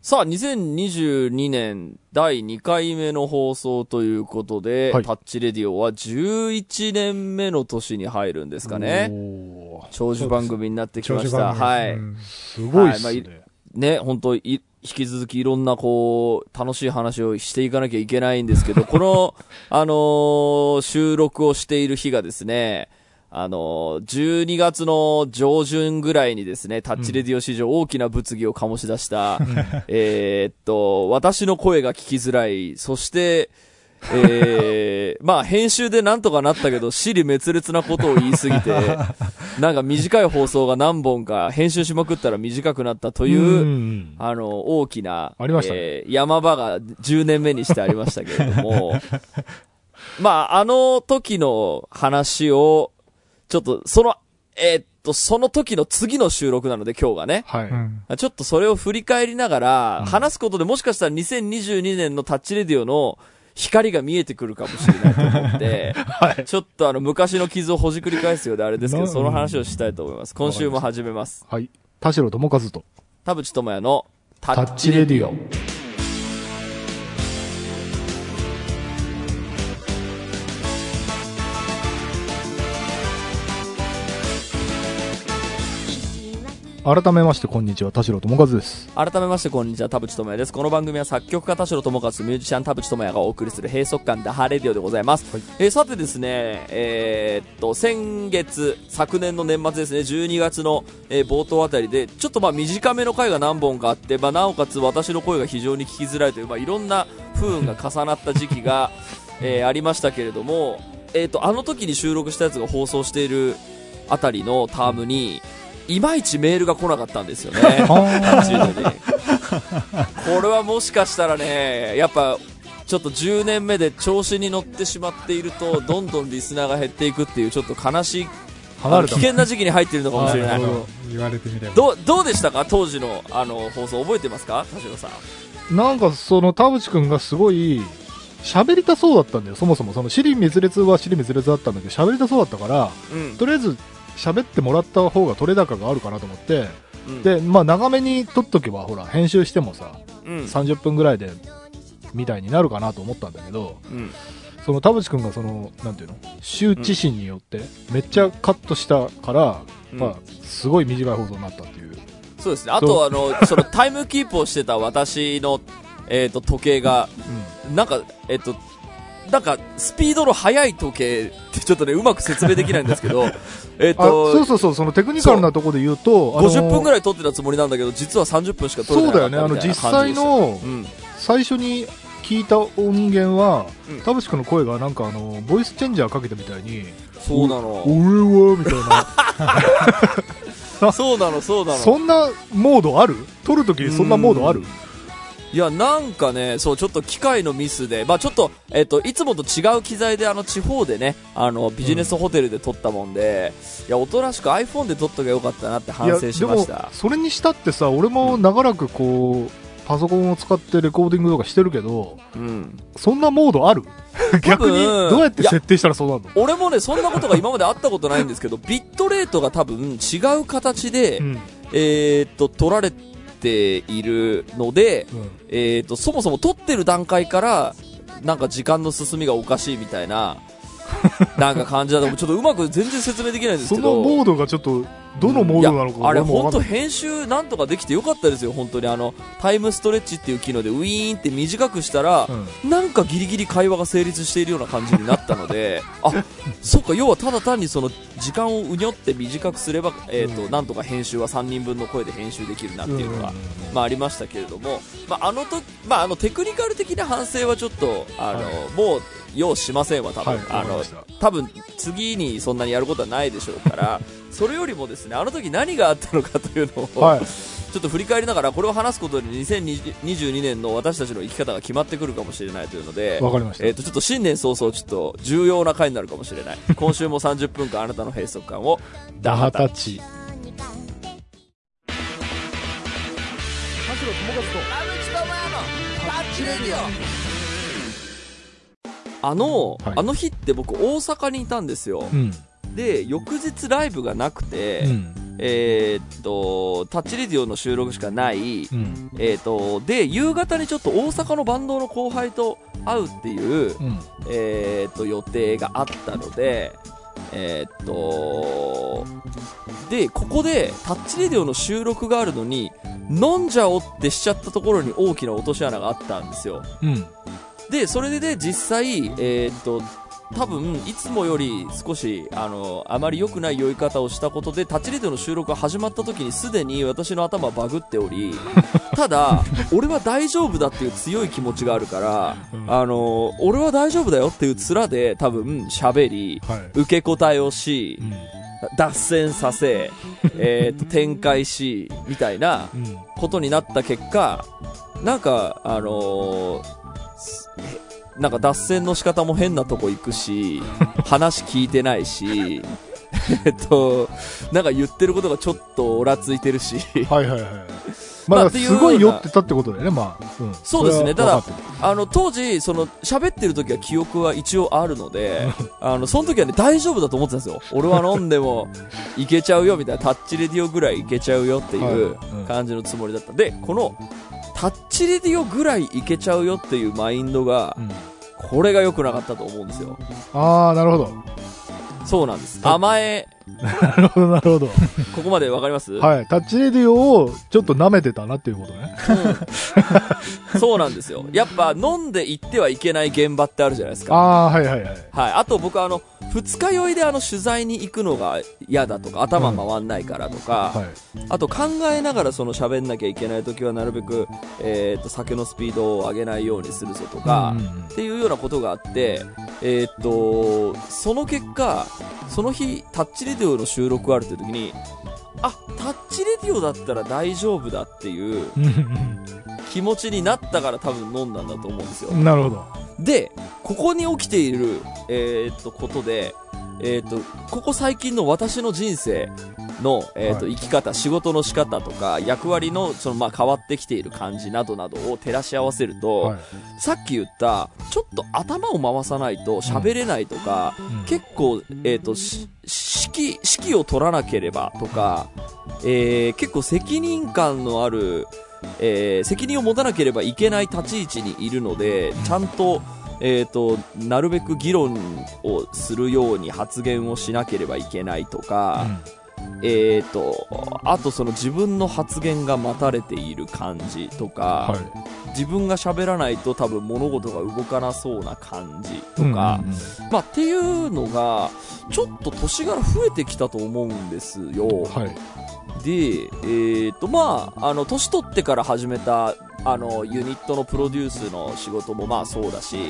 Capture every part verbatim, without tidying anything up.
さあ、にせんにじゅうにねんだいにかいめの放送ということで、はい、タッチレディオはじゅういちねんめの年に入るんですかね。長寿番組になってきました。はい、うん。 すごいですね。はい、まあ、 ね、本当引き続きいろんなこう、楽しい話をしていかなきゃいけないんですけど、この、あのー、収録をしている日がですね、あの、じゅうにがつの上旬ぐらいにですね、タッチレディオ史上大きな物議を醸し出した、うん、えーっと、私の声が聞きづらい、そして、えー、まあ編集でなんとかなったけど、支離滅裂なことを言いすぎて、なんか短い放送が何本か編集しまくったら短くなったという、うん、あの、大きな、 ありましたね、 えー、山場がじゅうねんめにしてありましたけれども、まああの時の話を、ちょっと、その、えー、っと、その時の次の収録なので今日がね。はい。ちょっとそれを振り返りながら、うん、話すことでもしかしたらにせんにじゅうにねんのタッチレディオの光が見えてくるかもしれないと思って、はい、ちょっとあの、昔の傷をほじくり返すようであれですけど、その話をしたいと思います。今週も始めます。 はい。田代智和と、 田淵智也のタッチレディオ。改めましてこんにちは、田代智和です。 改めましてこんにちは、田淵智也です。この番組は作曲家田代智和、ミュージシャン田淵智也がお送りする閉塞感ダハレディオでございます。はい、えー、さてですね、えー、っと先月昨年の年末ですね、じゅうにがつの、えー、冒頭あたりでちょっとまあ短めの回が何本かあって、まあ、なおかつ私の声が非常に聞きづらいという、まあ、いろんな不運が重なった時期が、えー、ありましたけれども、えー、っとあの時に収録したやつが放送しているあたりのタームにいまいちメールが来なかったんですよね。これはもしかしたらね、やっぱちょっとじゅうねんめで調子に乗ってしまっているとどんどんリスナーが減っていくっていうちょっと悲しい危険な時期に入っているのかもしれない。 言われてみればど, どうでしたか当時 の, あの放送覚えてますか田代さん。なんかその田淵くんがすごい喋りたそうだったんだよ。そもそもその支離滅裂は支離滅裂だったんだけど喋りたそうだったから、うん、とりあえず喋ってもらった方が取れ高があるかなと思って、うん、でまあ長めに撮っとけばほら編集してもさ、うん、さんじゅっぷんぐらいでみたいになるかなと思ったんだけど、うん、その田淵くんがそのなんていうの羞恥心によってめっちゃカットしたから、うん、まあすごい短い放送になったっていう。 そうですね。あとあのそのタイムキープをしてた私のえっと時計が、うん、なんかえっとなんかスピードの速い時計ってちょっとねうまく説明できないんですけどえっとそうそうそう、そのテクニカルなところで言うとごじゅっぷんぐらい撮ってたつもりなんだけど実はさんじゅっぷんしか撮れてなかったみたいな感じでした。 そうだよね。あの実際の、うん、最初に聞いた音源は、うん、田淵君の声がなんかあのボイスチェンジャーかけたみたいに、 そうなの俺はみたいなそうなのそうなの。 そんなモードある？撮るときにそんなモードある？ いやなんかね、そうちょっと機械のミスで、まあちょっとえっといつもと違う機材であの地方でねあのビジネスホテルで撮ったもんで、うん、いやおとなしく iPhone で撮っときゃよかったなって反省しました。 でもそれにしたってさ、俺も長らくこうパソコンを使ってレコーディングとかしてるけど、うん、そんなモードある？逆にどうやって設定したらそうなるの？ 俺もねそんなことが今まであったことないんですけどビットレートが多分違う形で、うん、えー、っと撮られてているので、うん、えーと、そもそも撮ってる段階からなんか時間の進みがおかしいみたいななんか感じだとちょっとうまく全然説明できないんですけど、 そのモードがちょっとどのモードなのか、 うん、あれ本当編集なんとかできてよかったですよ。本当にあのタイムストレッチっていう機能でウィーンって短くしたら、うん、なんかギリギリ会話が成立しているような感じになったのであ、そっか、要はただ単にその時間をうにょって短くすれば、えーとうん、なんとか編集はさんにんぶんの声で編集できるなっていうのが、うんまあ、ありましたけれども、まあ、あのと、まあ、あのテクニカル的な反省はちょっとあの、はい、もう用しませんわ多分、はい、あの多分次にそんなにやることはないでしょうからそれよりもですねあの時何があったのかというのを、はい、ちょっと振り返りながらこれを話すことでにせんにじゅうにねんの私たちの生き方が決まってくるかもしれないというので、 わかりました。 えーと、ちょっと新年早々ちょっと重要な回になるかもしれない今週もさんじゅっぷんかんあなたの閉塞感をダハタッチ。 田代智和と田淵智也のタッチレディオ。あの、はい、あの日って僕大阪にいたんですよ、うん、で翌日ライブがなくて、うん、 えー、っと、タッチレディオの収録しかない、うん、えー、っと、で、夕方にちょっと大阪のバンドの後輩と会うっていう、うん、えー、っと、予定があったので、えー、っと、で、ここでタッチレディオの収録があるのに、飲んじゃおうってしちゃったところに大きな落とし穴があったんですよ。うん、で、それで、ね、実際、えー、っと、多分いつもより少しあのあまり良くない酔い方をしたことでタッチレディオの収録が始まった時にすでに私の頭はバグっておりただ俺は大丈夫だっていう強い気持ちがあるから、うん、あの俺は大丈夫だよっていう面で多分喋り、はい、受け答えをし、うん、脱線させ、えー、と展開しみたいなことになった結果なんかあのーなんか脱線の仕方も変なとこ行くし話聞いてないしえっとなんか言ってることがちょっとオラついてるしはいはいはいまあ、すごい酔ってたってことだよね、まあ。 うん、そうですね。ただ、あの、当時、その、喋ってる時は記憶は一応あるので、あの、その時はね、大丈夫だと思ってたんですよ。俺は飲んでもいけちゃうよ、みたいな、タッチレディオぐらいいけちゃうよっていう感じのつもりだった。で、この、タッチレディオぐらいいけちゃうよっていうマインドが、うん、これが良くなかったと思うんですよ。 あー、なるほど。 そうなんです。甘え。 なるほど、なるほど。 ここまでわかります？ はい。タッチレディオをちょっと舐めてたなっていうことね。 うん、そうなんですよ。やっぱ飲んで行ってはいけない現場ってあるじゃないですか。 ああ、はいはいはい。 はい。あと僕はあの、二日酔いであの取材に行くのが嫌だとか、頭回んないからとか、うんはい、あと考えながらその喋んなきゃいけないときはなるべく、えー、っと、酒のスピードを上げないようにするぞとか、うんうんうん、っていうようなことがあって、えー、っと、その結果、その日、タッチレディオの収録があるという時に、あ、タッチレディオだったら大丈夫だっていう気持ちになったから多分飲んだんだと思うんですよ。 なるほど。 で、ここに起きている、えー、っと、ことで、えー、っと、ここ最近の私の人生の、えーっと、はい、生き方、仕事の仕方とか、役割の、その、まあ、変わってきている感じなどなどを照らし合わせると、はい、さっき言った、ちょっと頭を回さないと喋れないとか、うん、結構、えーっと、し、指揮、指揮を取らなければとか、えー、結構責任感のある、えー、責任を持たなければいけない立ち位置にいるので、ちゃんと、えーと、なるべく議論をするように発言をしなければいけないとか、うん、えーと、あとその自分の発言が待たれている感じとか、はい、自分が喋らないと多分物事が動かなそうな感じとか、うんうんうん、まあっていうのがちょっと年柄増えてきたと思うんですよ。はい、で、えーと、まあ、あの、年取ってから始めた、あの、ユニットのプロデュースの仕事もまあそうだし、うん、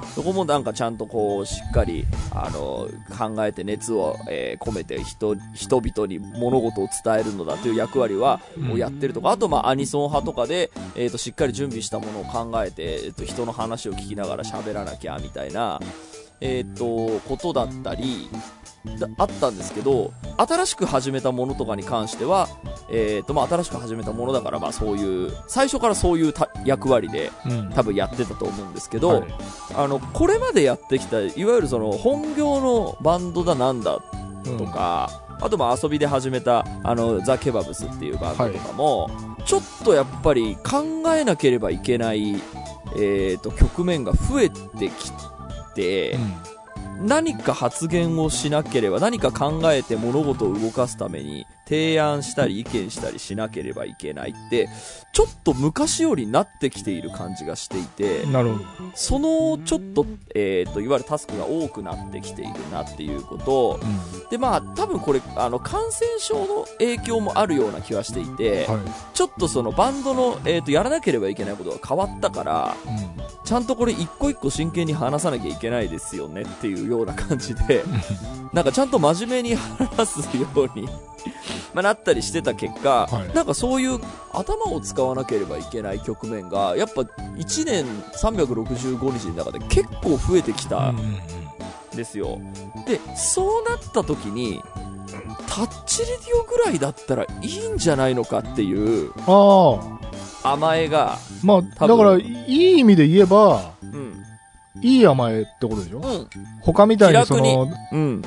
そこもなんかちゃんとこう、しっかり、あの、考えて熱を、えー、込めて人、人々に物事を伝えるのだという役割は、をやってるとか、あとまあアニソン派とかで、えーと、しっかり準備したものを考えて、えーと、人の話を聞きながら喋らなきゃ、みたいな、えーと、ことだったり、あったんですけど、新しく始めたものとかに関しては、えーとまあ、新しく始めたものだから、まあ、そういう最初からそういう役割で、うん、多分やってたと思うんですけど、はい、あのこれまでやってきたいわゆるその本業のバンドだなんだとか、うん、あとまあ遊びで始めたあのザ・ケバブスっていうバンドとかも、はい、ちょっとやっぱり考えなければいけない、えーと局面が増えてきて、うん、何か発言をしなければ、何か考えて物事を動かすために提案したり意見したりしなければいけないって、ちょっと昔よりなってきている感じがしていて、 なるほど。 そのちょっと、えーと、いわゆるタスクが多くなってきているなっていうこと、うん、で、まあ、多分これ、あの、感染症の影響もあるような気はしていて、はい、ちょっとそのバンドの、えーと、やらなければいけないことが変わったから、うん、ちゃんとこれ一個一個真剣に話さなきゃいけないですよねっていうような感じでなんかちゃんと真面目に話すようにまあなったりしてた結果、はい、なんかそういう頭を使わなければいけない局面がやっぱいちねんさんびゃくろくじゅうごにちの中で結構増えてきたんですよ。で、そうなった時にタッチレディオぐらいだったらいいんじゃないのかっていう甘えが、 まあだからいい意味で言えば、うん、いい甘えってことでしょ、うん、他みたいにその、うん、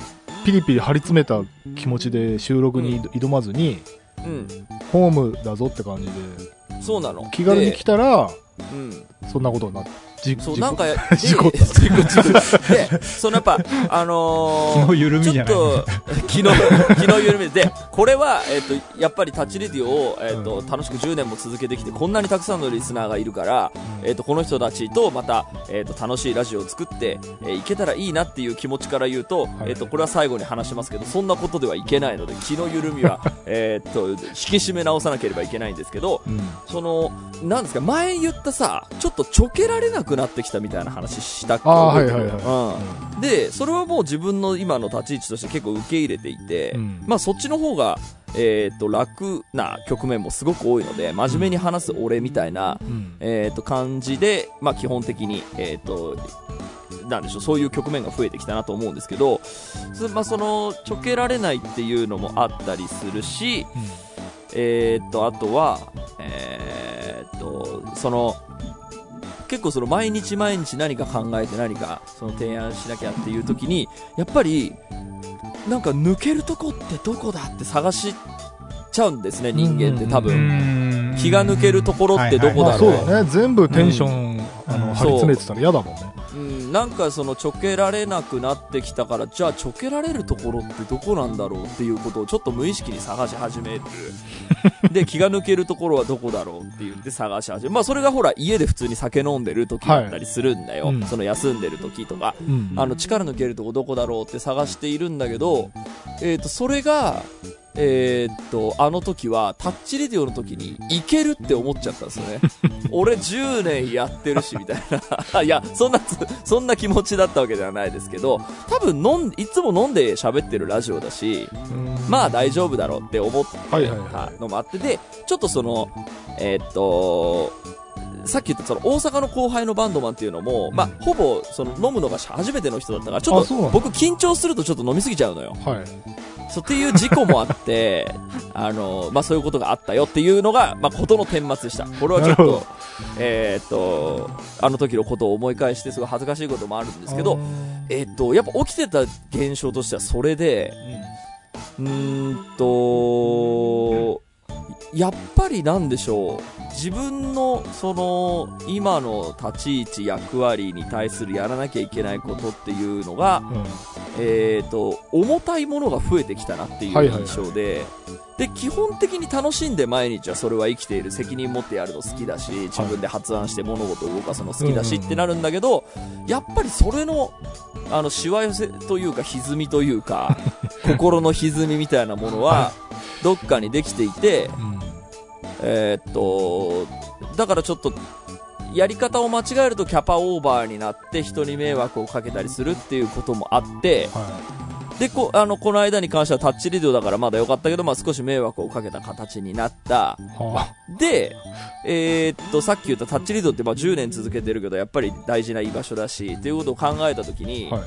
ピリピリ張り詰めた気持ちで収録に挑まずに、うん、ホームだぞって感じで、 そうなの。 気軽に来たら、 うん、 そんなことになって、 そうなんか事故でそのやっぱあのー、 気の緩みじゃない、 ちょっと気の気の緩みで、これはえっ、ー、とやっぱりタッチレディオをえっ、ー、と、うん、楽しくじゅうねんも続けてきて、こんなにたくさんのリスナーがいるから、うん、えっ、ー、とこの人たちとまたえっ、ー、と楽しいラジオを作って、えー、いけたらいいなっていう気持ちから言うと、はい、えっ、ー、とこれは最後に話しますけど、そんなことではいけないので、気の緩みはえっと引き締め直さなければいけないんですけど、うん、そのなんですか、前言ったさ、ちょっとちょけられなくなってきたみたいな話したっけ。 はいはいはい、 うん、でそれはもう自分の今の立ち位置として結構受け入れていて、うん、まあそっちの方が、えー、と楽な局面もすごく多いので、真面目に話す俺みたいな、うん、えー、と感じで、まあ、基本的に、えー、となんでしょう、そういう局面が増えてきたなと思うんですけど、まあ、そのちょけられないっていうのもあったりするし、うん、えー、とあとは、えー、とその結構その毎日毎日何か考えて何かその提案しなきゃっていう時に、やっぱりなんか抜けるとこってどこだって探しちゃうんですね、人間って多分。気が抜けるところってどこだろう、 はいはい、まあ、そうだね、全部テンション、うん、あの張り詰めてたら嫌だもんね。 うん、なんかそのちょけられなくなってきたから、じゃあちょけられるところってどこなんだろうっていうことをちょっと無意識に探し始めるで、気が抜けるところはどこだろうって言って探し始める。まあそれがほら家で普通に酒飲んでる時だったりするんだよ、はい、うん、その休んでる時とか、うん、あの力抜けるとこどこだろうって探しているんだけど、えーとそれがえー、っとあの時はタッチレディオの時にいけるって思っちゃったんですよね俺じゅうねんやってるしみたいないや、そんなそんな気持ちだったわけではないですけど、多分飲んいつも飲んで喋ってるラジオだし、まあ大丈夫だろうって思ったのもあって、でちょっとそのえー、っとさっき言ったその大阪の後輩のバンドマンっていうのも、まあ、ほぼその飲むのが初めての人だったから、ちょっと僕緊張するとちょっと飲みすぎちゃうのよ、はい、そうっていう事故もあってあの、まあ、そういうことがあったよっていうのが、まあ、事の顛末でした。これはちょっと、えー、っとあの時のことを思い返してすごい恥ずかしいこともあるんですけど、えー、っとやっぱ起きてた現象としてはそれで、うーんとやっぱりなんでしょう、自分のその今の立ち位置役割に対するやらなきゃいけないことっていうのが、うん、えーと重たいものが増えてきたなっていう印象で、はいはいはい、で基本的に楽しんで毎日はそれは生きている、責任持ってやるの好きだし、自分で発案して物事を動かすの好きだしってなるんだけど、やっぱりそれのあのしわ寄せというか歪みというか心の歪みみたいなものはどっかにできていて、うんえー、っとだからちょっとやり方を間違えるとキャパオーバーになって人に迷惑をかけたりするっていうこともあって、はい、で こ, あのこの間に関してはタッチレディオだからまだ良かったけど、まあ、少し迷惑をかけた形になった、はあ、で、えー、っとさっき言ったタッチレディオってまあじゅうねん続けてるけどやっぱり大事な居場所だしっていうことを考えたときに、はい、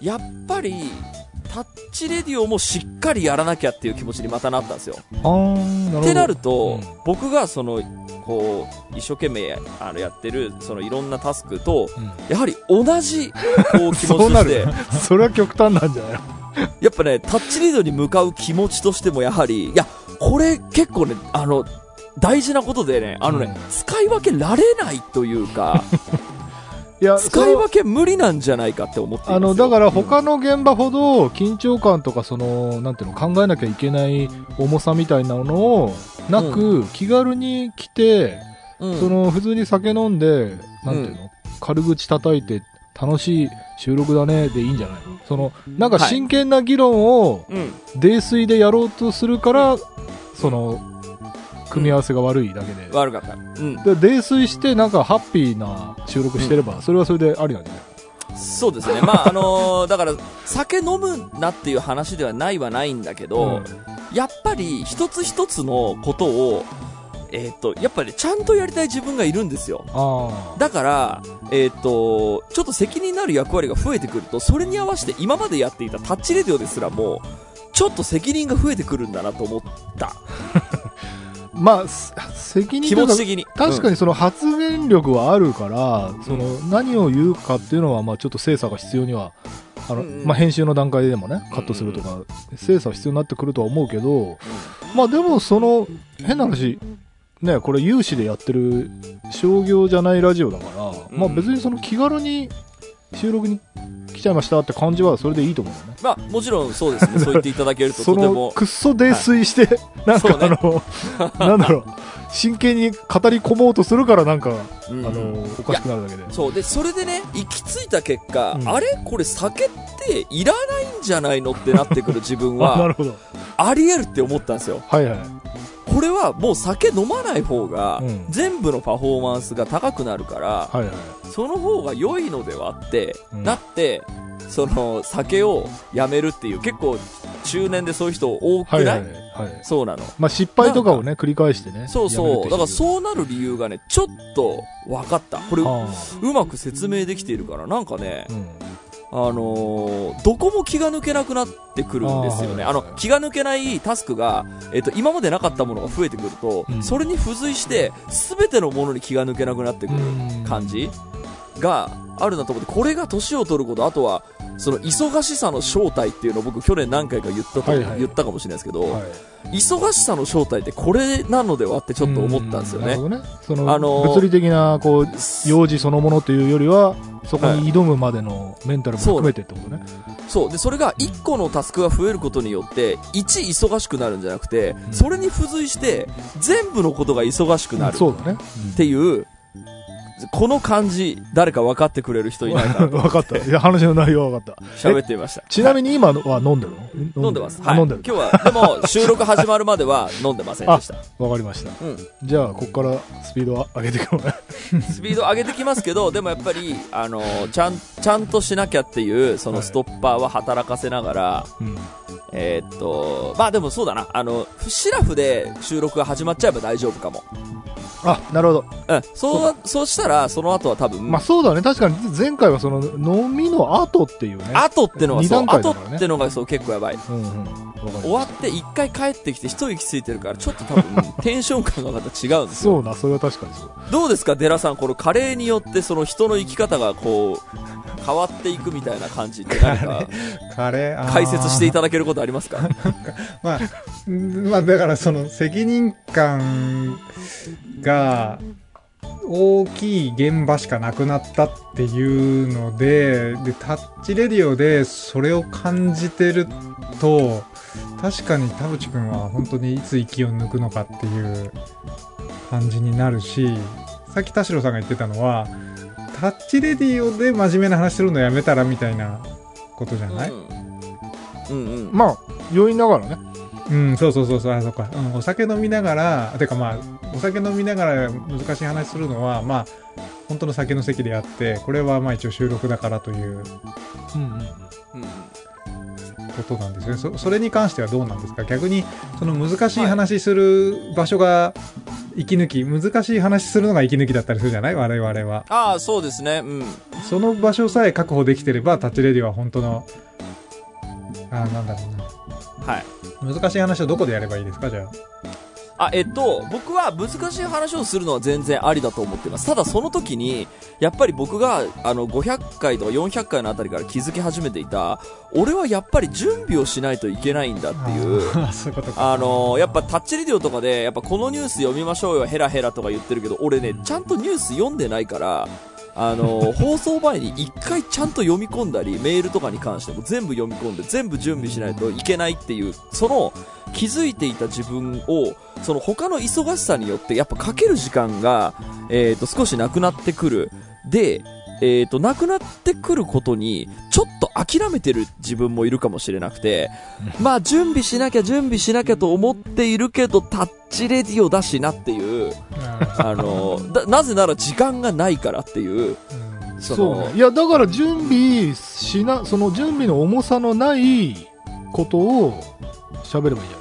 やっぱりタッチレディオもしっかりやらなきゃっていう気持ちにまたなったんですよ。あー、なるほど。ってなると、うん、僕がそのこう一生懸命あのやってるそのいろんなタスクと、うん、やはり同じこう気持ちとしてそれは極端なんじゃないやっぱねタッチレディオに向かう気持ちとしてもやはりいやこれ結構ねあの大事なことでねあのね、うん、使い分けられないというかいや使い分け無理なんじゃないかって思っていますよ。 あのだから他の現場ほど緊張感とかそのなんていうの考えなきゃいけない重さみたいなのをなく、うん、気軽に来て、うん、その普通に酒飲んでなんていうの、うん、軽口叩いて楽しい収録だねでいいんじゃないの。そのなんか真剣な議論を泥酔でやろうとするから、うん、その組み合わせが悪いだけで、 うん、悪かった、うん、 で泥酔してなんかハッピーな収録してれば、うん、それはそれでありなんじゃない。 そうですねまああのー、だから酒飲むなっていう話ではないはないんだけど、うん、やっぱり一つ一つのことをえー、とやっぱりちゃんとやりたい自分がいるんですよ。あだから、えー、とちょっと責任のある役割が増えてくるとそれに合わせて今までやっていたタッチレディオですらもちょっと責任が増えてくるんだなと思ったまあ責任気持ち的に確かにその発言力はあるから、うん、その何を言うかっていうのはまあちょっと精査が必要にはあの、うんうん、まあ、編集の段階でもね、カットするとか、精査は必要になってくるとは思うけど、まあでもその、変な話、ね、これ有志でやってる商業じゃないラジオだから、うん、まあ別にその気軽に収録に来ちゃいましたって感じはそれでいいと思うよね。 まあもちろんそうですね。そう言っていただけるととても。 そのくっそ泥酔して、はい、なんかあの、ね、なんだろう。真剣に語り込もうとするからなんか、うん、あのおかしくなるだけで。 そうで、それでね、行き着いた結果、うん、あれこれ酒っていらないんじゃないのってなってくる自分は、 なるほど。 あり得るって思ったんですよ。 はいはい。 これはもう酒飲まない方が、うん、全部のパフォーマンスが高くなるから、 はいはい、 その方が良いのではって、うん、なって、その酒をやめるっていう、結構中年でそういう人多くない？はいはいはい、そうなの。 まあ、失敗とかをね、繰り返してね。 そうそう。だからそうなる理由がね、ちょっと分かった。これ、うまく説明できているから、なんかね、うん、あのー、どこも気が抜けなくなってくるんですよね。あ,、はいはいはい、あの、気が抜けないタスクが、えっと、今までなかったものが増えてくると、うん、それに付随して、すべてのものに気が抜けなくなってくる感じがあるなと思って、これが年を取ること、あとは、その忙しさの正体っていうのを僕去年何回か言ったと、はいはい、言ったかもしれないですけど、はい、忙しさの正体ってこれなのではってちょっと思ったんですよね。なるほどね。 その、あのー、物理的なこう用事そのものというよりはそこに挑むまでのメンタルも含めてってことね。はい、 そうで、それがいっこのタスクが増えることによっていち忙しくなるんじゃなくて、うん、それに付随して全部のことが忙しくなるっていう、うんこの感じ、誰か分かってくれる人いないかな分かった。いや、話の内容は分かった。 喋ってみました。 ちなみに今は飲んでるの？飲んでます。はい。飲んでる。今日は、でも、収録始まるまでは飲んでませんでした。 わかりました。うん。じゃあ、ここからスピードを上げていくのね。 スピード上げてきますけど、でもやっぱり、あの、ちゃん、ちゃんとしなきゃっていう、そのストッパーは働かせながら、はい、うん、えー、っと、まあでもそうだな、あの、シラフで収録が始まっちゃえば大丈夫かも。 あ、なるほど。 うん。そう、そうしたら、その後は多分。 まあそうだね。確かに前回はその、飲みの後っていうね。 後ってのがそう、後ってのがそう結構やばい。 うんうん。 終わって一回帰ってきて一息ついてるから、ちょっと多分、テンション感がまた違うんですよ。 そうな、それは確かにそう。 どうですか、デラさん。このカレーによってその人の生き方がこう、変わっていくみたいな感じって何か、 カレー、 解説していただけることありますか？ まあ、まあだからその責任感が、大きい現場しかなくなったっていうので、で、タッチレディオでそれを感じてると、確かに田淵くんは本当にいつ息を抜くのかっていう感じになるし、さっき田代さんが言ってたのは、タッチレディオで真面目な話するのやめたらみたいなことじゃない？うん、 うんうん。まあ、酔いながらね。 うん、そうそうそうそう、あ、そうか、うん、お酒飲みながら、てかまあ、お酒飲みながら難しい話するのは、まあ、本当の酒の席であって、これはまあ一応収録だからという、うんうんうん、ことなんですね。そ、それに関してはどうなんですか？逆に、その難しい話する場所が息抜き、難しい話するのが息抜きだったりするじゃない？我々は。 ああ、そうですね。うん。 その場所さえ確保できてれば、タッチレディは本当の、あ、なんだろうな。 はい。 難しい話をどこでやればいいですか、じゃあ。あ、えっと、僕は難しい話をするのは全然ありだと思っています。ただその時に、やっぱり僕が、あの、ごひゃっかいとかよんひゃっかいのあたりから気づき始めていた、俺はやっぱり準備をしないといけないんだっていう、 あ, そういうことか。 あの、やっぱタッチレディオとかで、やっぱこのニュース読みましょうよ、ヘラヘラとか言ってるけど、俺ね、ちゃんとニュース読んでないから、あの放送前に一回ちゃんと読み込んだりメールとかに関しても全部読み込んで全部準備しないといけないっていうその気づいていた自分をその他の忙しさによってやっぱかける時間が、えー、と少しなくなってくるで、えー、となくなってくることにちょっと諦めてる自分もいるかもしれなくてまあ準備しなきゃ準備しなきゃと思っているけどタッチレディオだしなっていうあのだなぜなら時間がないからっていう、 うん、そそうね。いやだから準備しなその準備の重さのないことを喋ればいいんじゃない？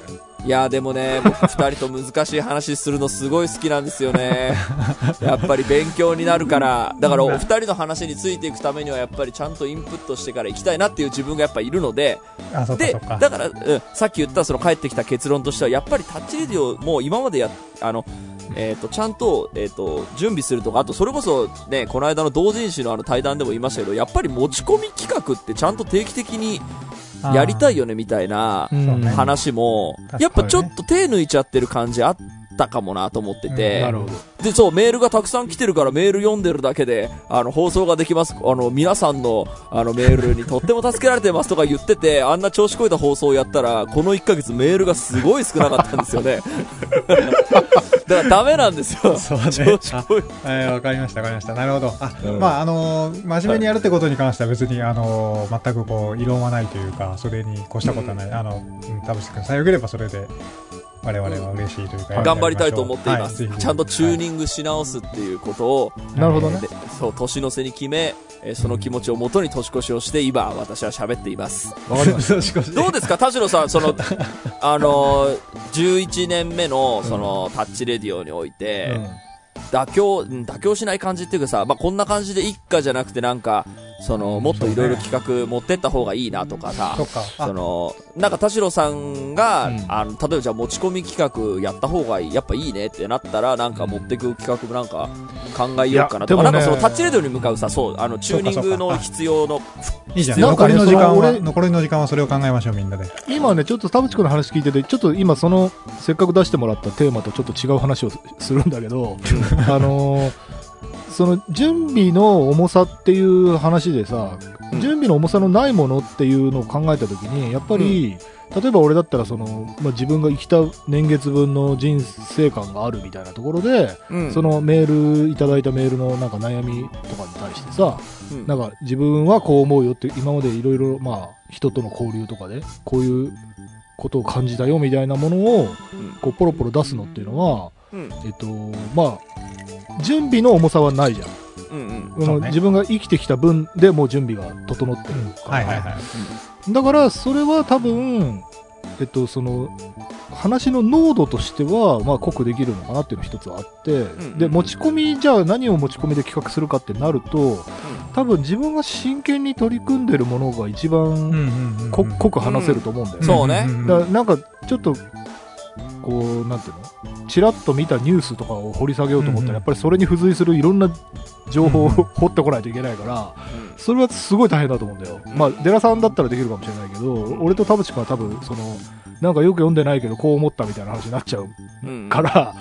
いやでもね、僕二人と難しい話するのすごい好きなんですよね。やっぱり勉強になるから。だからお二人の話についていくためにはやっぱりちゃんとインプットしてから行きたいなっていう自分がやっぱいるので、 あ、そっかそっか。 で、だから、うん、さっき言ったその返ってきた結論としては、やっぱりタッチレディをもう今までや、あの、えっと、ちゃんと、えっと、準備するとか、あとそれこそね、この間の同人誌のあの対談でも言いましたけど、やっぱり持ち込み企画ってちゃんと定期的にやりたいよねみたいな話も、やっぱちょっと手抜いちゃってる感じあったかもなと思ってて、 うん、なるほど。 で、そう、メールがたくさん来てるからメール読んでるだけで、あの、放送ができます。あの、皆さんの、あの、メールにとっても助けられてますとか言ってて、あんな調子こいた放送をやったら、このいっかげつメールがすごい少なかったんですよね。だからダメなんですよ。 そうね。調子こい。えー、わかりました、わかりました。なるほど。あ、うん、まあ、あのー、真面目にやるってことに関しては別に、あのー、全くこう、異論はないというか、それに越したことはない。うん、あの、田淵君さえよければそれで、我々は嬉しいというか、うん、 頑張りたいと思っています、 はい、 ちゃんとチューニングし直すっていうことを、 はい、なるほどね。 そう年の瀬に決め、えー、その気持ちをもとに年越しをして今私は喋っています。 わかりました。 どうですか田代さん、そのあのー、じゅういちねんめのその、うん、タッチレディオにおいて、うん、妥協妥協しない感じっていうかさ、まあ、こんな感じで一家じゃなくてなんかそのもっといろいろ企画持ってった方がいいなとかさ、そのなんか田代さんが、うん、あの例えばじゃあ持ち込み企画やった方がいいやっぱいいねってなったらなんか持ってく企画なんか考えようかなとか、ね、なんかそのタッチレディオに向かうさ、そうあのチューニングの必要のいいじゃん、残りの時間は残りの時間はそれを考えましょうみんなで。 今ねちょっと田淵君の話聞いててちょっと今そのせっかく出してもらったテーマとちょっと違う話をするんだけどあのーその準備の重さっていう話でさ、うん、準備の重さのないものっていうのを考えたときにやっぱり、うん、例えば俺だったらその、まあ、自分が生きた年月分の人生観があるみたいなところで、うん、そのメールいただいたメールのなんか悩みとかに対してさ、うん、なんか自分はこう思うよって今までいろいろまあ人との交流とかでこういうことを感じたよみたいなものをこうポロポロ出すのっていうのは、うん、えっとまあ準備の重さはないじゃん、うんうんね、自分が生きてきた分でもう準備が整ってるから、うんはいはいはいうん、だからそれは多分、えっと、その話の濃度としては、まあ、濃くできるのかなっていうのが一つあって、うんうん、で持ち込みじゃあ何を持ち込みで企画するかってなると、うん、多分自分が真剣に取り組んでるものが一番濃く話せると思うんだよね、 そうね。 だからなんかちょっとこうなんていうのチラッと見たニュースとかを掘り下げようと思ったら、うんうん、やっぱりそれに付随するいろんな情報を掘ってこないといけないから、うん、それはすごい大変だと思うんだよ、うん、まあデラさんだったらできるかもしれないけど、うん、俺と田淵君は多分そのなんかよく読んでないけどこう思ったみたいな話になっちゃうから、うんうんうん、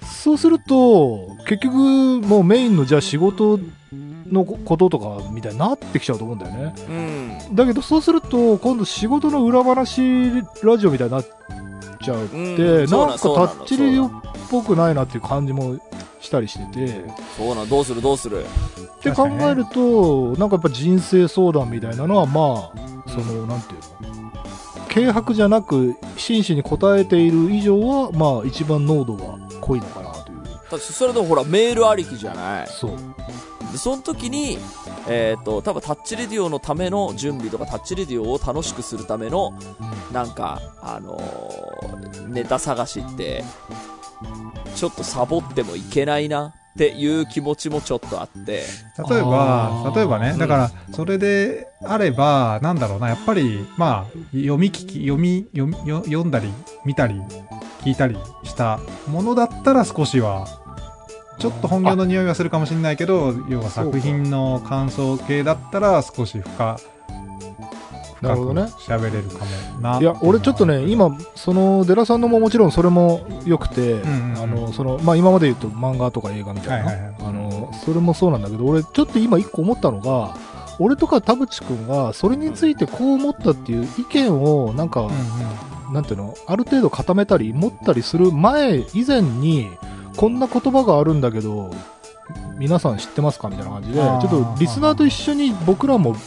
そうすると結局もうメインのじゃあ仕事のこととかみたいになってきちゃうと思うんだよね、うん、だけどそうすると今度仕事の裏話ラジオみたいになっちゃうって、うん、なんかタッチレディオっぽくないなっていう感じもしたりしてて、 そうなのどうするどうするって考えると、なんかやっぱ人生相談みたいなのはまあそのなんていうの軽薄じゃなく真摯に答えている以上はまあ一番濃度が濃いのかなという。 だそれでもほらメールありきじゃない。 そうでその時にえっと多分タッチレディオのための準備とかタッチレディオを楽しくするための、うん、なんかあのー、ネタ探しってちょっとサボってもいけないなっていう気持ちもちょっとあって、 例えば例えばね、だからそれであればなんだろうな、やっぱりまあ読み聞き読み読み読んだり見たり聞いたりしたものだったら少しはちょっと本業の匂いはするかもしれないけど、要は作品の感想系だったら少し深なるほどね喋れるかもな。 いや俺ちょっとね今そのデラさんのももちろんそれも良くて、うんうんうん、あのそのまあ今まで言うと漫画とか映画みたいな、はいはいはい、あのそれもそうなんだけど、俺ちょっと今一個思ったのが、俺とか田淵くんがそれについてこう思ったっていう意見をなんか、うんうん、なんていうのある程度固めたり持ったりする前以前にこんな言葉があるんだけど皆さん知ってますかみたいな感じでちょっとリスナーと一緒に僕らも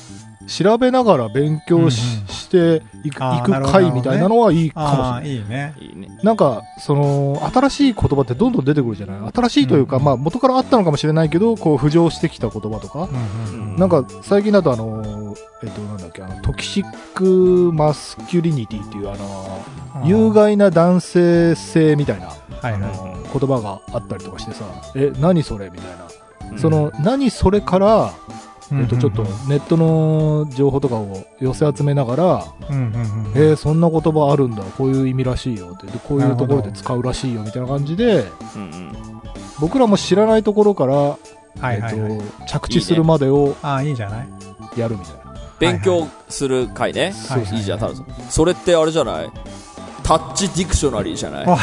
調べながら勉強し、うんうん、していく、いく回みたいなのはいいかもしれない。 いいね。 いいね。 なんか、その、新しい言葉ってどんどん出てくるじゃない？新しいというか、うんうん、まあ元からあったのかもしれないけど、こう浮上してきた言葉とか。うんうんうん、なんか、最近だとあの、えっと、なんだっけ、あの、トキシックマスキュリニティっていう、あの、あ有害な男性性みたいな、はいはい、あの言葉があったりとかしてさ、え、何それみたいな。うん、その、何それから、えっと、ちょっとネットの情報とかを寄せ集めながら、うんうんうん、えー、そんな言葉あるんだ、こういう意味らしいよって、でこういうところで使うらしいよみたいな感じで、うんうん、僕らも知らないところから、はいはいはい、えっと、着地するまでをやるみたいな。いいね、 勉強する回ね。はいはいはい、いいじゃん、多分それってあれじゃない？タッチディクショナリーじゃない？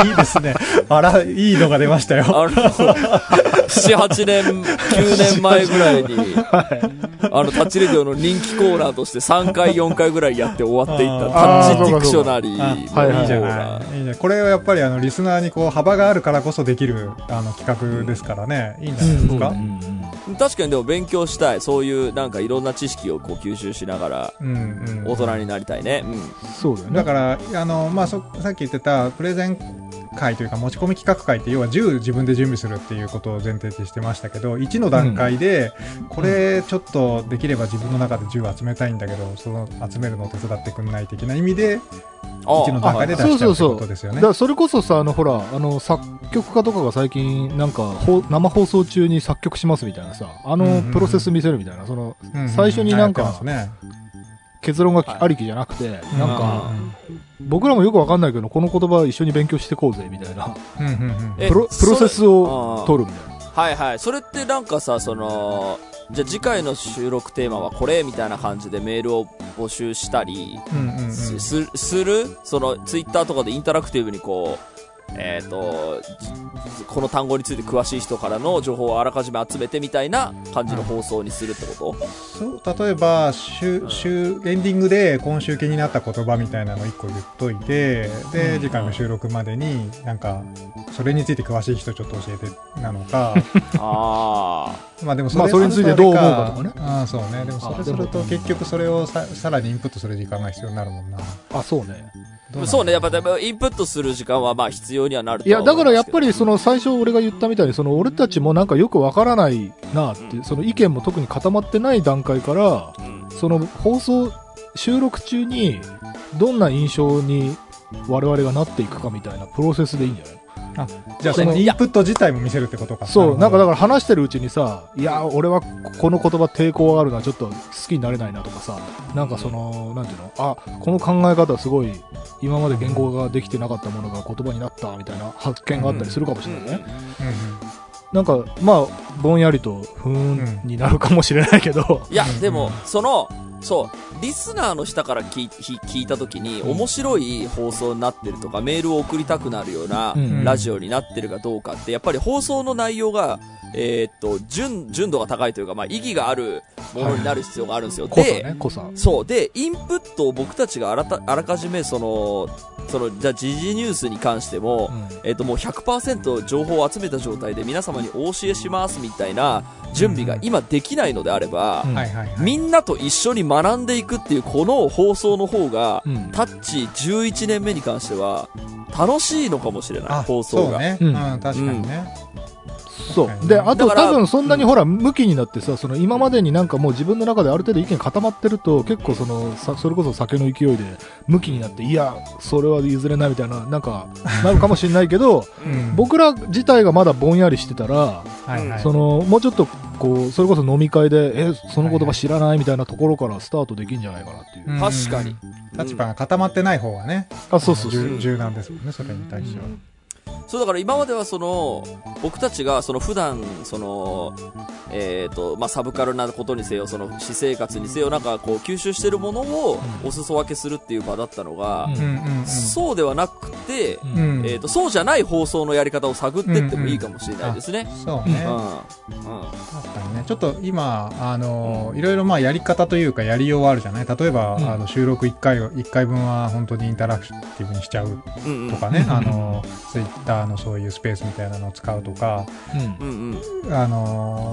いいですね。あら、いいのが出ましたよ。あの、なな、 はちねん、きゅうねんまえぐらいに、はい、あの、タッチレディオの人気コーナーとしてさんかい、よんかいぐらいやって終わっていったタッチディクショナリーのコーナー。 いいじゃない。いいね。これはやっぱりあの、リスナーにこう、幅があるからこそできる、あの、企画ですからね。いいんじゃないですか？うんうんうん、確かにでも勉強したい。そういうなんかいろんな知識をこう吸収しながら、大人になりたいね。うんうん、 そうだよね。 だから、あの、まあ、そ、さっき言ってたプレゼン会というか持ち込み企画会って要はじゅう自分で準備するっていうことを前提としてましたけど、いちの段階でこれちょっとできれば自分の中でじゅう集めたいんだけど、その集めるのを手伝ってくんない的な意味でいちの段階で出しちゃうってことですよね。 だからそれこそさ、あのほら、あの作曲家とかが最近なんか生放送中に作曲しますみたいなさ、あのプロセス見せるみたいな、その最初になんか結論がありきじゃなくて、なんか僕らもよくわかんないけど、この言葉一緒に勉強していこうぜみたいな、うんうんうん、プロ、プロセスを取るみたいな。 はいはい。それってなんかさ、その、じゃあ次回の収録テーマはこれみたいな感じでメールを募集したり、うんうんうん、す, するそのツイッターとかでインタラクティブにこう、えっと、この単語について詳しい人からの情報をあらかじめ集めてみたいな感じの放送にするってこと？ そう、例えば週、週、エンディングで今週気になった言葉みたいなのを一個言っといて、で、次回の収録までになんか、それについて詳しい人ちょっと教えてなのか。ああ。まあでもそれ、まあ、それについてどう思うかとかね。ああ、そうね。でもそれすると結局それを さ, さらにインプットする時間が必要になるもんな。 あ、そうね。 そうね、やっぱインプットする時間はまあ必要にはなるとは思うんですけど。いや、だからやっぱりその最初俺が言ったみたいに、その俺たちもなんかよくわからないなって、うん、その意見も特に固まってない段階から、うん、その放送、収録中にどんな印象に我々がなっていくかみたいなプロセスでいいんじゃない？ あ、じゃあそのインプット自体も見せるってことか。 そう、なんかだから話してるうちにさ、いや俺はこの言葉抵抗があるな、ちょっと好きになれないなとかさ、なんかそのなんていうの、あ、この考え方すごい今まで言語ができてなかったものが言葉になったみたいな発見があったりするかもしれないね。うんうんうん、なんかまあぼんやりとふーんになるかもしれないけど、 いやでもそのそうリスナーの下から聞い、聞いたときに、うん、面白い放送になってるとかメールを送りたくなるようなラジオになってるかどうかってやっぱり放送の内容がえー、っと純純度が高いというか、まあ、意義があるものになる必要があるんですよ。はい、で、 ね、 そうでインプットを僕たちがあらたあらかじめそのそのじゃあ時事ニュースに関しても、うん、えー、っともう ひゃくパーセント 情報を集めた状態で皆様にお教えしますみたいな準備が今できないのであれば、うん、みんなと一緒に学んでいくっていうこの放送の方が、うん、タッチじゅういちねんめに関しては楽しいのかもしれない放送が。 そうね、うん、確かにね。 そうで、あと多分そんなにほら、うん、向きになってさ、その今までになんかもう自分の中である程度意見固まってると結構そのさそれこそ酒の勢いで向きになって、いやそれは譲れないみたいななんかなるかもしれないけど、うん、僕ら自体がまだぼんやりしてたら、はいはい、そのもうちょっとこうそれこそ飲み会でえその言葉知らないみたいなところからスタートできるんじゃないかなっていう、 はいはい、確かに立場が固まってない方がね、 あ、そうそうそう、 柔軟ですもんね、それに対しては。 そうだから今まではその僕たちがその普段そのえーとまあサブカルなことにせよその私生活にせよなんかこう吸収してるものをお裾分けするっていう場だったのが、うん、そうではなくて、うん、えーとそうじゃない放送のやり方を探っていってもいいかもしれないですね。 うんうん、そうね、うんうん、確かにね。ちょっと今あの、うん、いろいろまあやり方というかやりようはあるじゃない。例えば、うん、あの収録いっかいいっかいぶんは本当にインタラクティブにしちゃうとかね、うんうん、あのツイッターのそういうスペースみたいなのを使うとか、うんうん、あの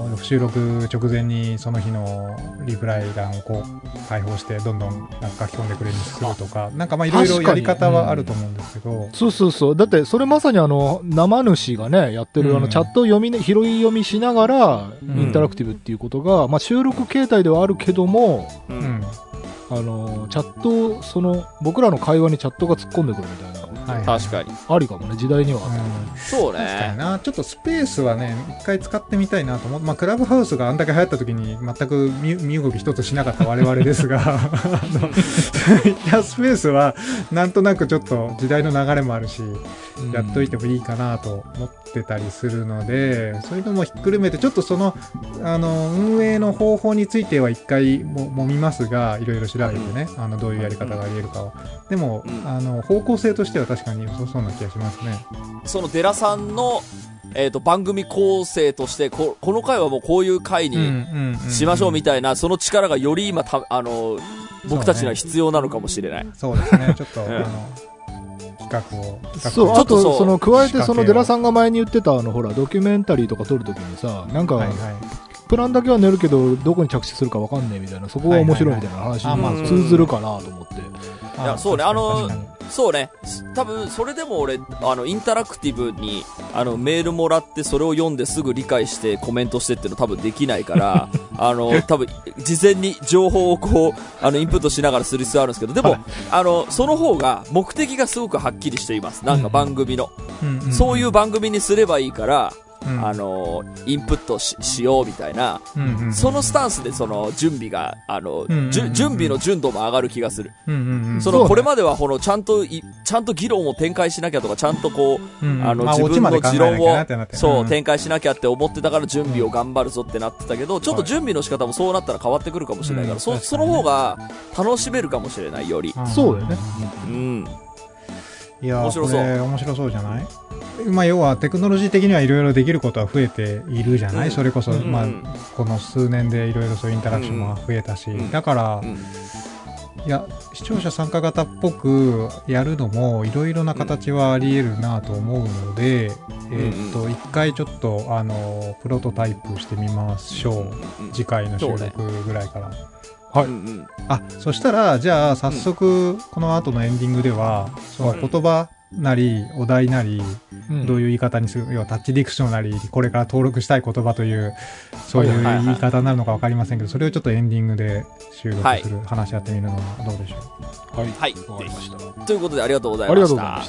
収録直前にその日のリプライ欄をこう開放してどんどんなんか書き込んでくれるようにするとか、なんかまあいろいろやり方はあると思うんですけど、うん、 そうそうそう。だってそれまさにあの生主がねやってる、うん、あのチャットを読み、ね、拾い読みしながらインタラクティブっていうことが、うん、まあ収録形態ではあるけども、うん、あのチャットその僕らの会話にチャットが突っ込んでくるみたいな。 はい、確かにありかもね、時代には、 うん、そうね、 確かにな。ちょっとスペースはね一回使ってみたいなと思って、まあ、クラブハウスがあんだけ流行った時に全く身身動き一つしなかった我々ですがあのいやスペースはなんとなくちょっと時代の流れもあるし、うん、やっといてもいいかなと思ってたりするので、そういうのもひっくるめてちょっとそのあの運営の方法については一回ももみますが、いろいろ調べてね、あのどういうやり方があり得るかを、でも、うん、あの方向性としては確かに良さそうな気がしますね。 そのデラさんの、えーと、番組構成としてこ、この回はもうこういう回にしましょうみたいな、その力がより今たあの僕たちには必要なのかもしれない。 そうですね。ちょっと、うん、あの企画をそう、あとその加えてそのデラさんが前に言ってたあのほらドキュメンタリーとか撮るときにさ、なんか、はいはい、プランだけは練るけどどこに着地するかわかんねえみたいな、そこが面白いみたいな話に通ずるかなと思って。 いやそうね、あのそうね、多分それでも俺あのインタラクティブにあのメールもらってそれを読んですぐ理解してコメントしてっていうの多分できないからあの多分事前に情報をこうあのインプットしながらする必要あるんですけど、でも、はい、あのその方が目的がすごくはっきりしています。なんか番組の、うんうん、そういう番組にすればいいから、うん、あのインプット し, しようみたいな、うんうんうん、そのスタンスでその準備があの、うんうんうん、準備の純度も上がる気がする、うんうんうん、そのこれまではこのちゃんとちゃんと議論を展開しなきゃとかちゃんとこう、うんうん、あの自分の持論をそう、うん、展開しなきゃって思ってたから準備を頑張るぞってなってたけど、ちょっと準備の仕方もそうなったら変わってくるかもしれないから、うん、そ, その方が楽しめるかもしれないより、 うん、そうだよね、 うん、 いや面白そう、これ面白そうじゃない。まあ、要はテクノロジー的にはいろいろできることは増えているじゃない、うん、それこそ、うんまあ、この数年でいろいろそういうインタラクションも増えたし、うん、だから、うん、いや視聴者参加型っぽくやるのもいろいろな形はあり得るなと思うので、うん、えー、っと一回ちょっとあのプロトタイプしてみましょう、うん、次回の収録ぐらいから。はい、うんうん、あそしたらじゃあ早速この後のエンディングでは、うん、その言葉なりお題なり、うん、どういう言い方にする、要はタッチディクションなりこれから登録したい言葉というそういう言い方になるのか分かりませんけど、それをちょっとエンディングで収録する、はい、話し合ってみるのはどうでしょう。 はい、はい、わかりました。ということでありがとうございました。 ありがとうございました。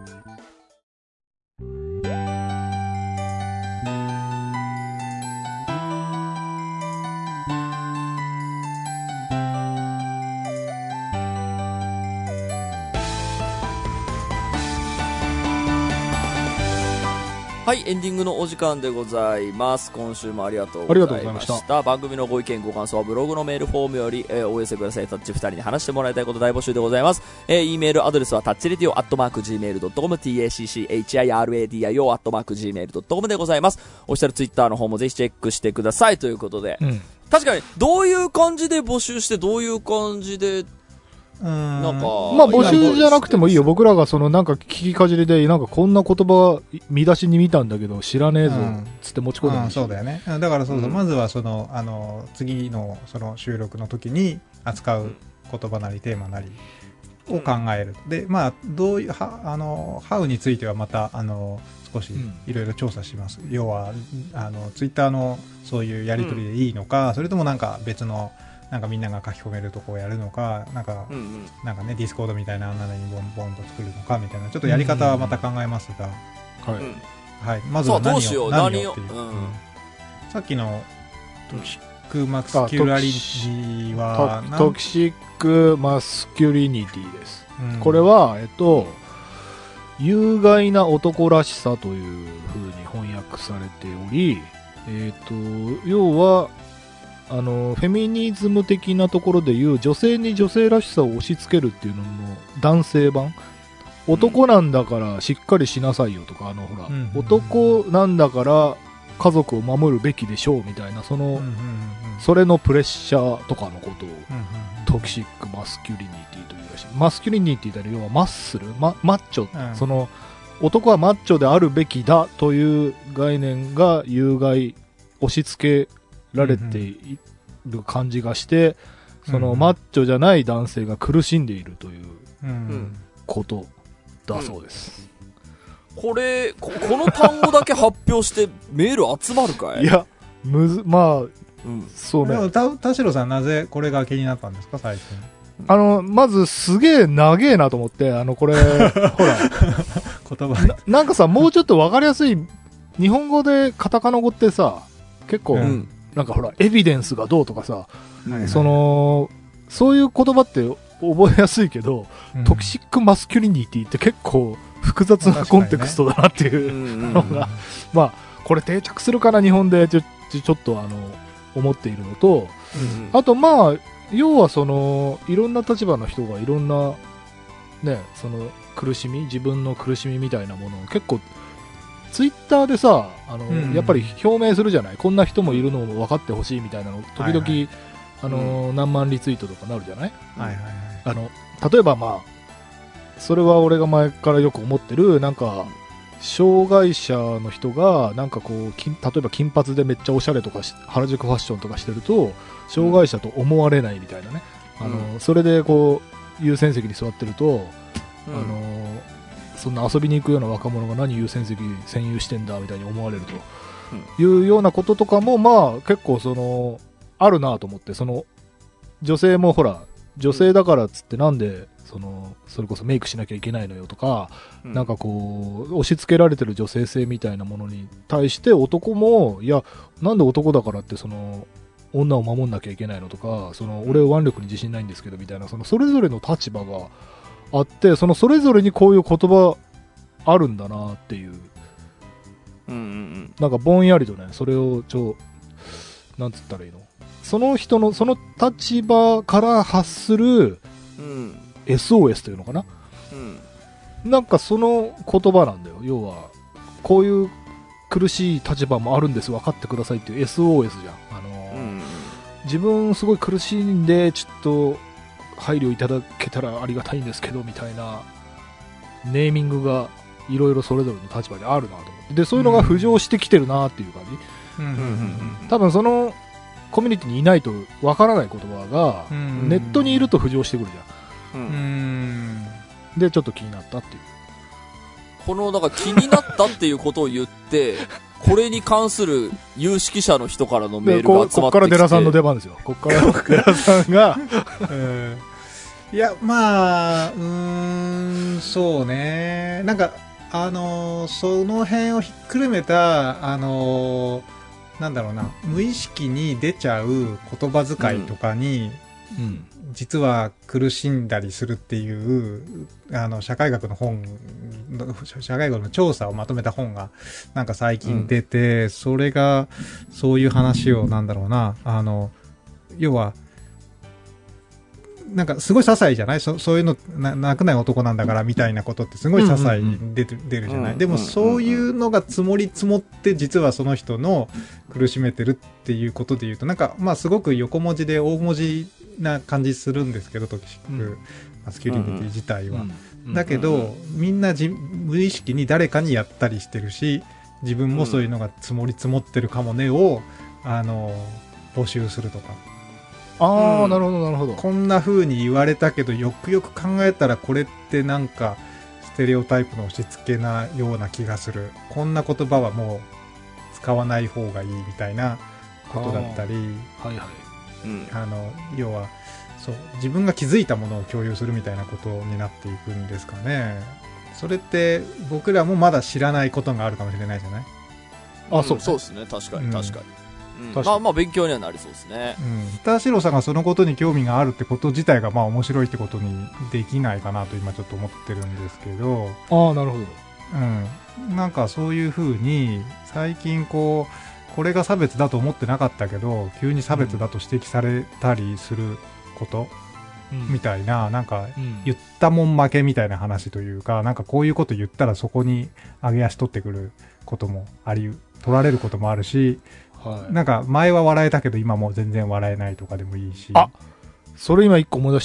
はい、エンディングのお時間でございます。今週もありがとうございました。した。番組のご意見ご感想はブログのメールフォームより、えー、お寄せください。タッチふたりに話してもらいたいこと大募集でございます。えー、E メールアドレスはタッチレディオアットマーク ジーメールドットコム タッチレディオ アットマーク ジーメールドットコム でございます。オフィシャルツイッターの方もぜひチェックしてくださいということで、うん、確かにどういう感じで募集してどういう感じでなんかまあ募集じゃなくてもいいよ。僕らがそのなんか聞きかじりでなんかこんな言葉見出しに見たんだけど知らねえぞつって持ち込んでもいいし、 うんうん、そうだよね。だからそうそう、うん、まずはそのあの次のその収録の時に扱う言葉なりテーマなりを考える、うん、でまあどういうはあのハウについてはまたあの少しいろいろ調査します、うん、要はあのツイッターのそういうやり取りでいいのか、うん、それともなんか別のなんかみんなが書き込めるとこをやるのか、なんか、うんうん、なんかね、ディスコードみたいなあんなのにボンボンと作るのかみたいな、ちょっとやり方はまた考えますが、 はい、 はい、まずは何を、 どうしよう、 何を何をっていう、うん、さっきのトキシックマスキュラリティはトキシックマスキュリニティです。うん、これはえっと有害な男らしさという風に翻訳されており、えっと要はあのフェミニズム的なところでいう女性に女性らしさを押し付けるっていうのの男性版、男なんだからしっかりしなさいよとか、あのほら、うん、男なんだから家族を守るべきでしょうみたいな、その、うんうんうん、それのプレッシャーとかのことを、うんうんうん、トキシックマスキュリニティというらしい。マスキュリニティというのは要はマッスル、マ, マッチョ、うん、その男はマッチョであるべきだという概念が有害押し付けられている感じがして、うん、そのマッチョじゃない男性が苦しんでいるということだそうです。 うん、これこ、この単語だけ発表してメール集まるかい？ いや、むず、まあ、うん、そうね。 でもた田代さんなぜこれが気になったんですか最初に？ あの、まずすげえ長えなと思って、あの、これ、ほら、 言葉な、 なんかさ、もうちょっとわかりやすい、日本語でカタカナ語ってさ、結構、うん、なんかほら、エビデンスがどうとかさ、うん、その、そういう言葉って覚えやすいけど、うん、トキシックマスキュリニティって結構複雑なコンテクストだなっていうのが、ね、まあ、これ定着するかな、日本でちょ、ちょっとあの、思っているのと、うんうん、あとまあ、要はそのいろんな立場の人がいろんなねその苦しみ自分の苦しみみたいなものを結構ツイッターでさあの、うん、やっぱり表明するじゃない。こんな人もいるのを分かってほしいみたいなの時々、はいはい、あの、うん、何万リツイートとかなるじゃない、はいはいはい、あの例えばまあそれは俺が前からよく思ってるなんか障害者の人がなんかこう例えば金髪でめっちゃおしゃれとか原宿ファッションとかしてると障害者と思われないみたいなね、うん、あのそれでこう優先席に座ってると、うん、あのそんな遊びに行くような若者が何優先席占有してんだみたいに思われるというようなこととかもまあ結構そのあるなと思って、その女性もほら女性だからっつってなんでそのそれこそメイクしなきゃいけないのよとか、うん、なんかこう押し付けられてる女性性みたいなものに対して男もいやなんで男だからってその女を守んなきゃいけないのとか、その俺は腕力に自信ないんですけどみたいな、そのそれぞれの立場があって、そのそれぞれにこういう言葉あるんだなっていう、うんうんうん、なんかぼんやりとねそれをちょなんつったらいいの、その人のその立場から発する、うん、エスオーエス というのかな、うん、なんかその言葉なんだよ。要はこういう苦しい立場もあるんです分かってくださいっていう エスオーエス じゃん。あのーうん、自分すごい苦しいんでちょっと配慮いただけたらありがたいんですけどみたいなネーミングがいろいろそれぞれの立場であるなと思って、でそういうのが浮上してきてるなっていう感じ、うんうんうん、多分そのコミュニティにいないと分からない言葉がネットにいると浮上してくるじゃん、うんうん、でちょっと気になったっていう、 このだから気になったっていうことを言ってこれに関する有識者の人からのメールが集まってきて、 こっからデラさんの出番ですよ。こっからデラさんが、 えー、いやまあうーんそうね、なんかあのー、その辺をひっくるめたあのー、なんだろうな、無意識に出ちゃう言葉遣いとかに、うんうん、実は苦しんだりするっていうあの社会学の本、社会学の調査をまとめた本がなんか最近出て、うん、それがそういう話をなんだろうな、あの要はなんかすごい些細じゃない、 そ, そういうのな泣くない男なんだからみたいなことってすごい些細に出る、うんうんうん、出るじゃない、うん、でもそういうのが積もり積もって実はその人の苦しめてるっていうことでいうとなんかまあすごく横文字で大文字な感じするんですけどトキシックマスキュリニティ自体は、うんうん、だけどみんなじ無意識に誰かにやったりしてるし自分もそういうのが積もり積もってるかもねをあの募集するとか、 ああ、うん、なるほどなるほど、 こんな風に言われたけどよくよく考えたらこれってなんかステレオタイプの押し付けなような気がする、こんな言葉はもう使わない方がいいみたいなことだったり、はいはい、うん、あの要はそう自分が気づいたものを共有するみたいなことになっていくんですかね。それって僕らもまだ知らないことがあるかもしれないじゃない。 あ、そう、そうですね、確かに確かに、うんうん、まあまあ勉強にはなりそうですね。 うん、田代さんがそのことに興味があるってこと自体がまあ面白いってことにできないかなと今ちょっと思ってるんですけど。 ああ、なるほど。 うん、なんかそういう風に最近こうこれが差別だと思ってなかったけど急に差別だと指摘されたりすること、うん、みたいな、なんか言ったもん負けみたいな話というか、なんかこういうこと言ったらそこに上げ足取ってくることもあり取られることもあるし、はい、なんか前は笑えたけど今もう全然笑えないとかでもいいし。 あ、それ今一個思い出した。あ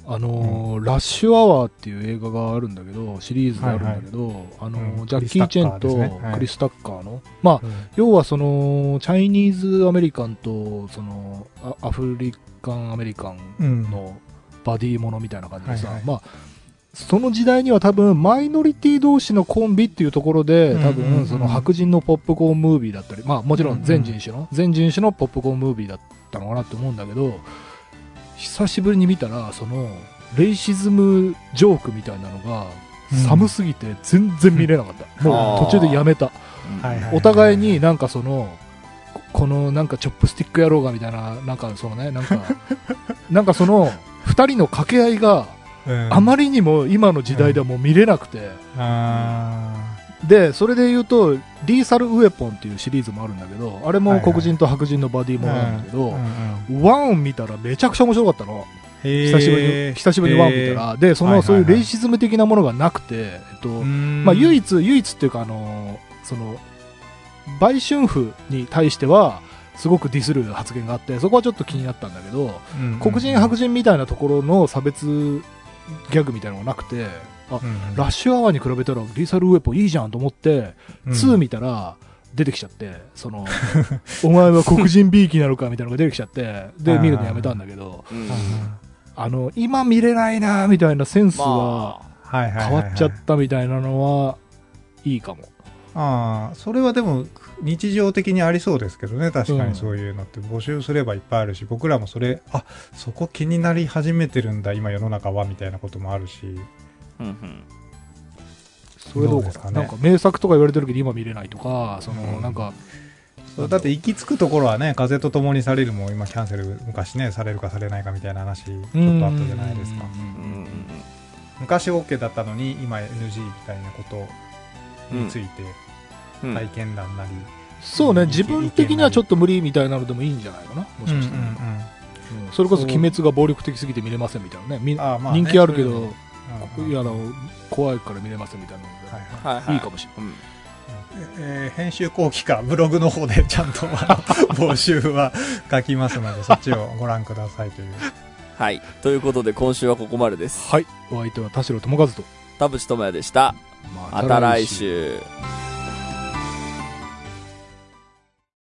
あのーうん、ラッシュアワーっていう映画があるんだけど、シリーズであるんだけど、はいはい、あのーうん、ジャッキー・チェンとクリス・タッカーの、はい、まあ、うん、要はその、チャイニーズ・アメリカンと、その、アフリカン・アメリカンのバディものみたいな感じでさ、うんはいはい、まあ、その時代には多分、マイノリティ同士のコンビっていうところで、多分、その白人のポップコーンムービーだったり、まあもちろん全人種の、全人種のポップコーンムービーだったのかなって思うんだけど、久しぶりに見たら、その、レイシズムジョークみたいなのが、寒すぎて全然見れなかった。うん、もう途中でやめた。お互いになんかその、このなんかチョップスティック野郎がみたいな、なんかそのね、なんか、なんかその、二人の掛け合いが、うん、あまりにも今の時代ではもう見れなくて、うん、あでそれで言うとリーサルウェポンっていうシリーズもあるんだけど、あれも黒人と白人のバディものなんだけど、ワン見たらめちゃくちゃ面白かったの。久しぶりに久しぶりにワン見たら、でその、はいはいはい、そういうレイシズム的なものがなくて、えっとまあ、唯一唯一っていうか、あのその売春婦に対してはすごくディスる発言があって、そこはちょっと気になったんだけど、うんうんうん、黒人白人みたいなところの差別ギャグみたいなのがなくて、あ、うんうん、ラッシュアワーに比べたらリーサルウェポンいいじゃんと思って、うん、ツー見たら出てきちゃって、そのお前は黒人ビーキなのかみたいなのが出てきちゃって、で見るのやめたんだけど、うん、あの今見れないなみたいなセンスは変わっちゃったみたいなのはいいかも。 ああ、それはでも日常的にありそうですけどね。確かにそういうのって募集すればいっぱいあるし、うん、僕らもそれ、あ、そこ気になり始めてるんだ今世の中はみたいなこともあるし、うんうん、 それどうですかね。なんか名作とか言われてるけど今見れないとか、その、うん、なんかだって行き着くところはね、風と共にされるも今キャンセル昔ねされるかされないかみたいな話ちょっとあったじゃないですか。昔 OK だったのに今 エヌジー みたいなことについて体験談なり、うんうん、 そうね、自分的にはちょっと無理みたいなのでもいいんじゃないかな、もしかしたら、うんうんうん、それこそ鬼滅が暴力的すぎて見れませんみたいなね、あ、まあね、人気あるけど、うんうん、いや怖いから見れませんみたいなので、はいはいはい、いいかもしれない、うん、 えー、編集後期かブログの方でちゃんと募集は書きますのでそっちをご覧くださいというはい、ということで今週はここまでです。 はい、お相手は田代智和と田淵智也でした。また来週。